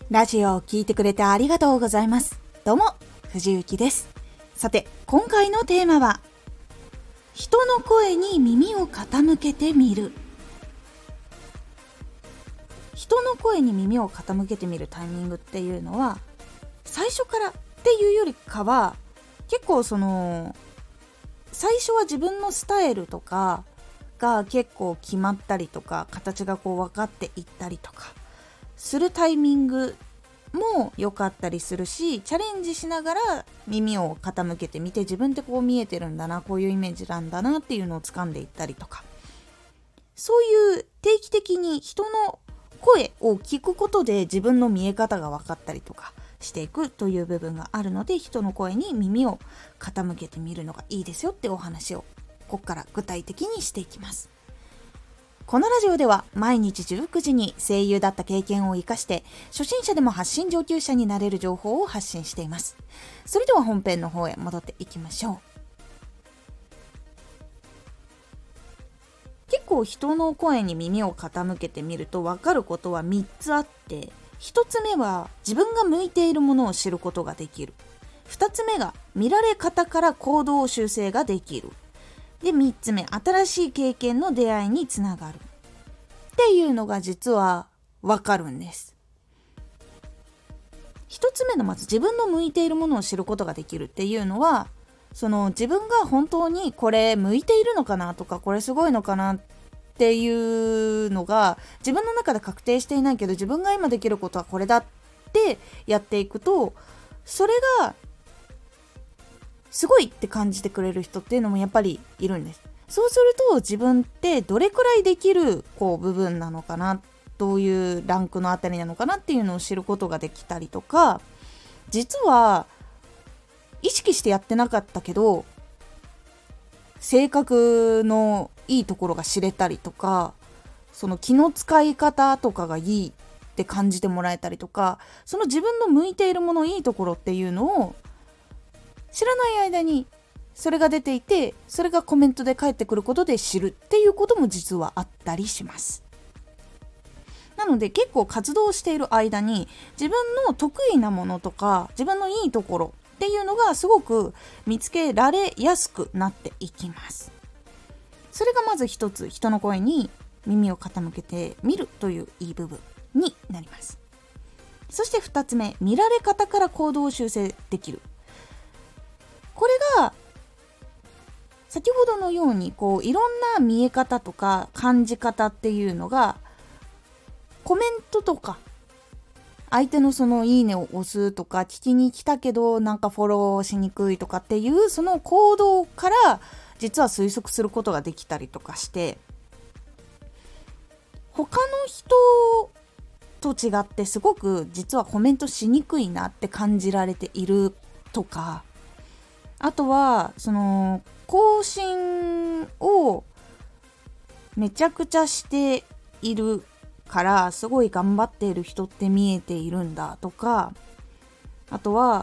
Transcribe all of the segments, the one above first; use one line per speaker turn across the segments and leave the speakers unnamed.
ラジオを聞いてくれてありがとうございます。どうも、藤幸です。さて、今回のテーマは、人の声に耳を傾けてみる。人の声に耳を傾けてみるタイミングっていうのは、最初からっていうよりかは、結構最初は自分のスタイルとかが結構決まったりとか、形が分かっていったりとかするタイミングも良かったりするし、チャレンジしながら耳を傾けてみて、自分ってこう見えてるんだな、こういうイメージなんだなっていうのを掴んでいったりとか、そういう定期的に人の声を聞くことで自分の見え方が分かったりとかしていくという部分があるので、人の声に耳を傾けてみるのがいいですよってお話をここから具体的にしていきます。このラジオでは毎日19時に声優だった経験を生かして初心者でも発信上級者になれる情報を発信しています。それでは本編の方へ戻っていきましょう。結構人の声に耳を傾けてみると分かることは3つあって、1つ目は自分が向いているものを知ることができる。2つ目が見られ方から行動修正ができる。で、3つ目、新しい経験の出会いにつながるっていうのが実はわかるんです。1つ目のまず自分の向いているものを知ることができるっていうのは、自分が本当にこれ向いているのかなとか、これすごいのかなっていうのが自分の中で確定していないけど、自分が今できることはこれだってやっていくと、それがすごいって感じてくれる人っていうのもやっぱりいるんです。そうすると自分ってどれくらいできる部分なのかな、どういうランクのあたりなのかなっていうのを知ることができたりとか、実は意識してやってなかったけど性格のいいところが知れたりとか、気の使い方とかがいいって感じてもらえたりとか、その自分の向いているもの、いいところっていうのを知らない間にそれが出ていて、それがコメントで返ってくることで知るっていうことも実はあったりします。なので結構活動している間に自分の得意なものとか自分のいいところっていうのがすごく見つけられやすくなっていきます。それがまず一つ、人の声に耳を傾けてみるといういい部分になります。そして二つ目、見られ方から行動を修正できる。これが先ほどのようにいろんな見え方とか感じ方っていうのが、コメントとか相手のいいねを押すとか、聞きに来たけどなんかフォローしにくいとかっていうその行動から実は推測することができたりとかして、他の人と違ってすごく実はコメントしにくいなって感じられているとか、あとは更新をめちゃくちゃしているからすごい頑張っている人って見えているんだとか、あとは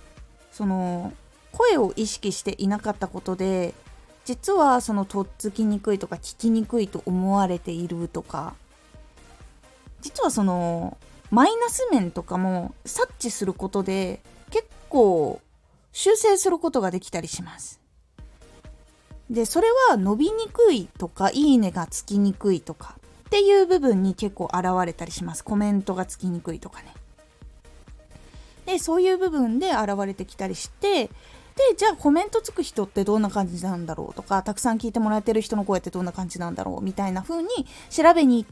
声を意識していなかったことで実はとっつきにくいとか聞きにくいと思われているとか、実はマイナス面とかも察知することで結構修正することができたりします。で、それは伸びにくいとか、いいねがつきにくいとかっていう部分に結構現れたりします。コメントがつきにくいとかね。で、そういう部分で現れてきたりして、で、じゃあコメントつく人ってどんな感じなんだろうとか、たくさん聞いてもらってる人の声ってどんな感じなんだろうみたいな風に調べに行って、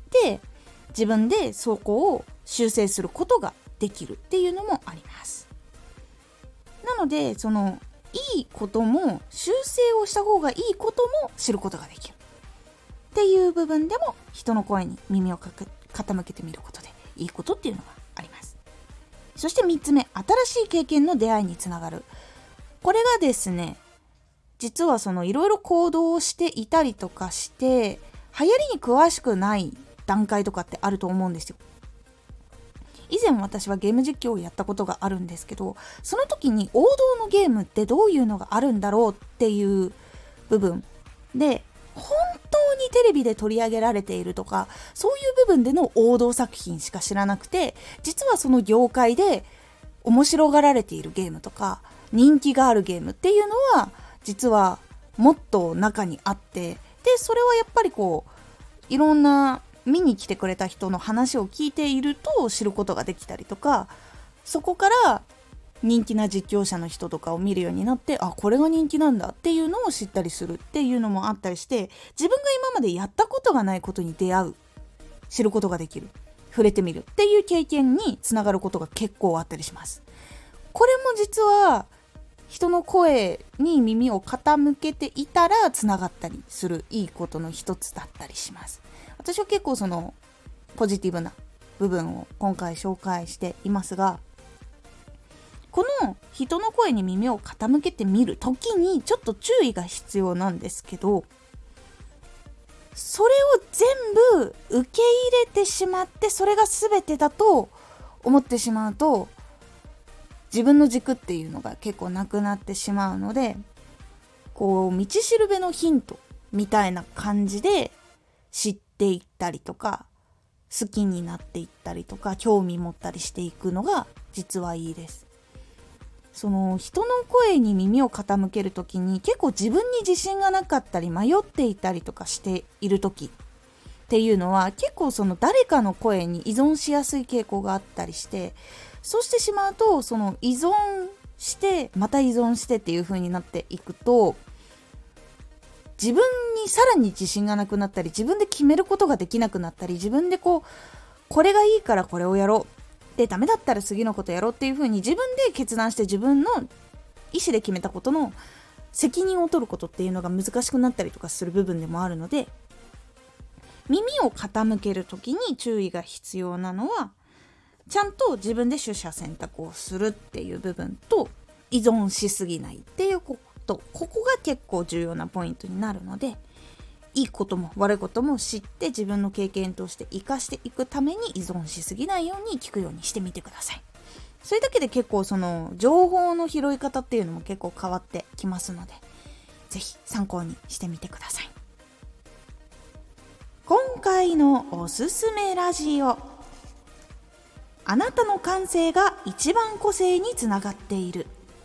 自分でそこを修正することができるっていうのもあります。なのでいいことも修正をした方がいいことも知ることができるっていう部分でも、人の声に耳を傾けてみることでいいことっていうのがあります。そして3つ目、新しい経験の出会いにつながる。これがですね、実はいろいろ行動をしていたりとかして、流行りに詳しくない段階とかってあると思うんですよ。以前私はゲーム実況をやったことがあるんですけど、その時に王道のゲームってどういうのがあるんだろうっていう部分で、 本当にテレビで取り上げられているとか、そういう部分での王道作品しか知らなくて、実はその業界で面白がられているゲームとか人気があるゲームっていうのは実はもっと中にあって、でそれはやっぱりこういろんな見に来てくれた人の話を聞いていると知ることができたりとか、そこから人気な実況者の人とかを見るようになって、あ、これが人気なんだっていうのを知ったりするっていうのもあったりして、自分が今までやったことがないことに出会う、知ることができる、触れてみるっていう経験につながることが結構あったりします。これも実は人の声に耳を傾けていたらつながったりするいいことの一つだったりします。私は結構そのポジティブな部分を今回紹介していますが、この人の声に耳を傾けてみるときにちょっと注意が必要なんですけど、それを全部受け入れてしまってそれが全てだと思ってしまうと、自分の軸っていうのが結構なくなってしまうので、こう道しるべのヒントみたいな感じで知っていったりとか、好きになっていったりとか、興味持ったりしていくのが実はいいです。その人の声に耳を傾けるときに結構自分に自信がなかったり迷っていたりとかしているときっていうのは、結構その誰かの声に依存しやすい傾向があったりして、そうしてしまうとその依存してまた依存してっていう風になっていくと、自分にさらに自信がなくなったり、自分で決めることができなくなったり、自分でこれがいいからこれをやろうで、ダメだったら次のことやろうっていう風に自分で決断して自分の意思で決めたことの責任を取ることっていうのが難しくなったりとかする部分でもあるので、耳を傾けるときに注意が必要なのは、ちゃんと自分で取捨選択をするっていう部分と、依存しすぎないっていうこと、ここが結構重要なポイントになるので、いいことも悪いことも知って自分の経験として生かしていくために依存しすぎないように聞くようにしてみてください。それだけで結構その情報の拾い方っていうのも結構変わってきますので、ぜひ参考にしてみてください。今回のおすすめラジオ、あなたの感性が一番個性につながっている。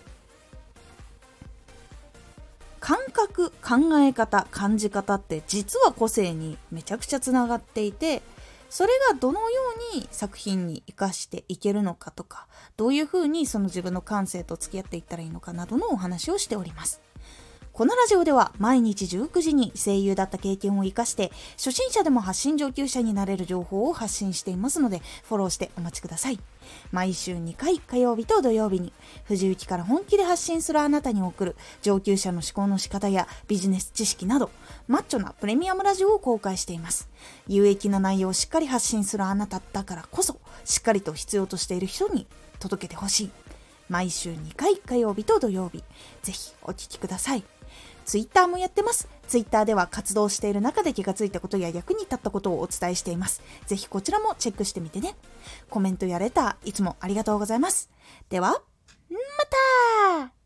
感覚、考え方、感じ方って実は個性にめちゃくちゃつながっていて、それがどのように作品に生かしていけるのかとか、どういうふうにその自分の感性と付き合っていったらいいのかなどのお話をしております。このラジオでは毎日19時に声優だった経験を生かして初心者でも発信上級者になれる情報を発信していますので、フォローしてお待ちください。毎週2回、火曜日と土曜日に藤雪から本気で発信するあなたに送る上級者の思考の仕方やビジネス知識などマッチョなプレミアムラジオを公開しています。有益な内容をしっかり発信するあなただからこそ、しっかりと必要としている人に届けてほしい。毎週2回、火曜日と土曜日、ぜひお聞きください。ツイッターもやってます。ツイッターでは活動している中で気がついたことや役に立ったことをお伝えしています。ぜひこちらもチェックしてみてね。コメントやレターいつもありがとうございます。では、また。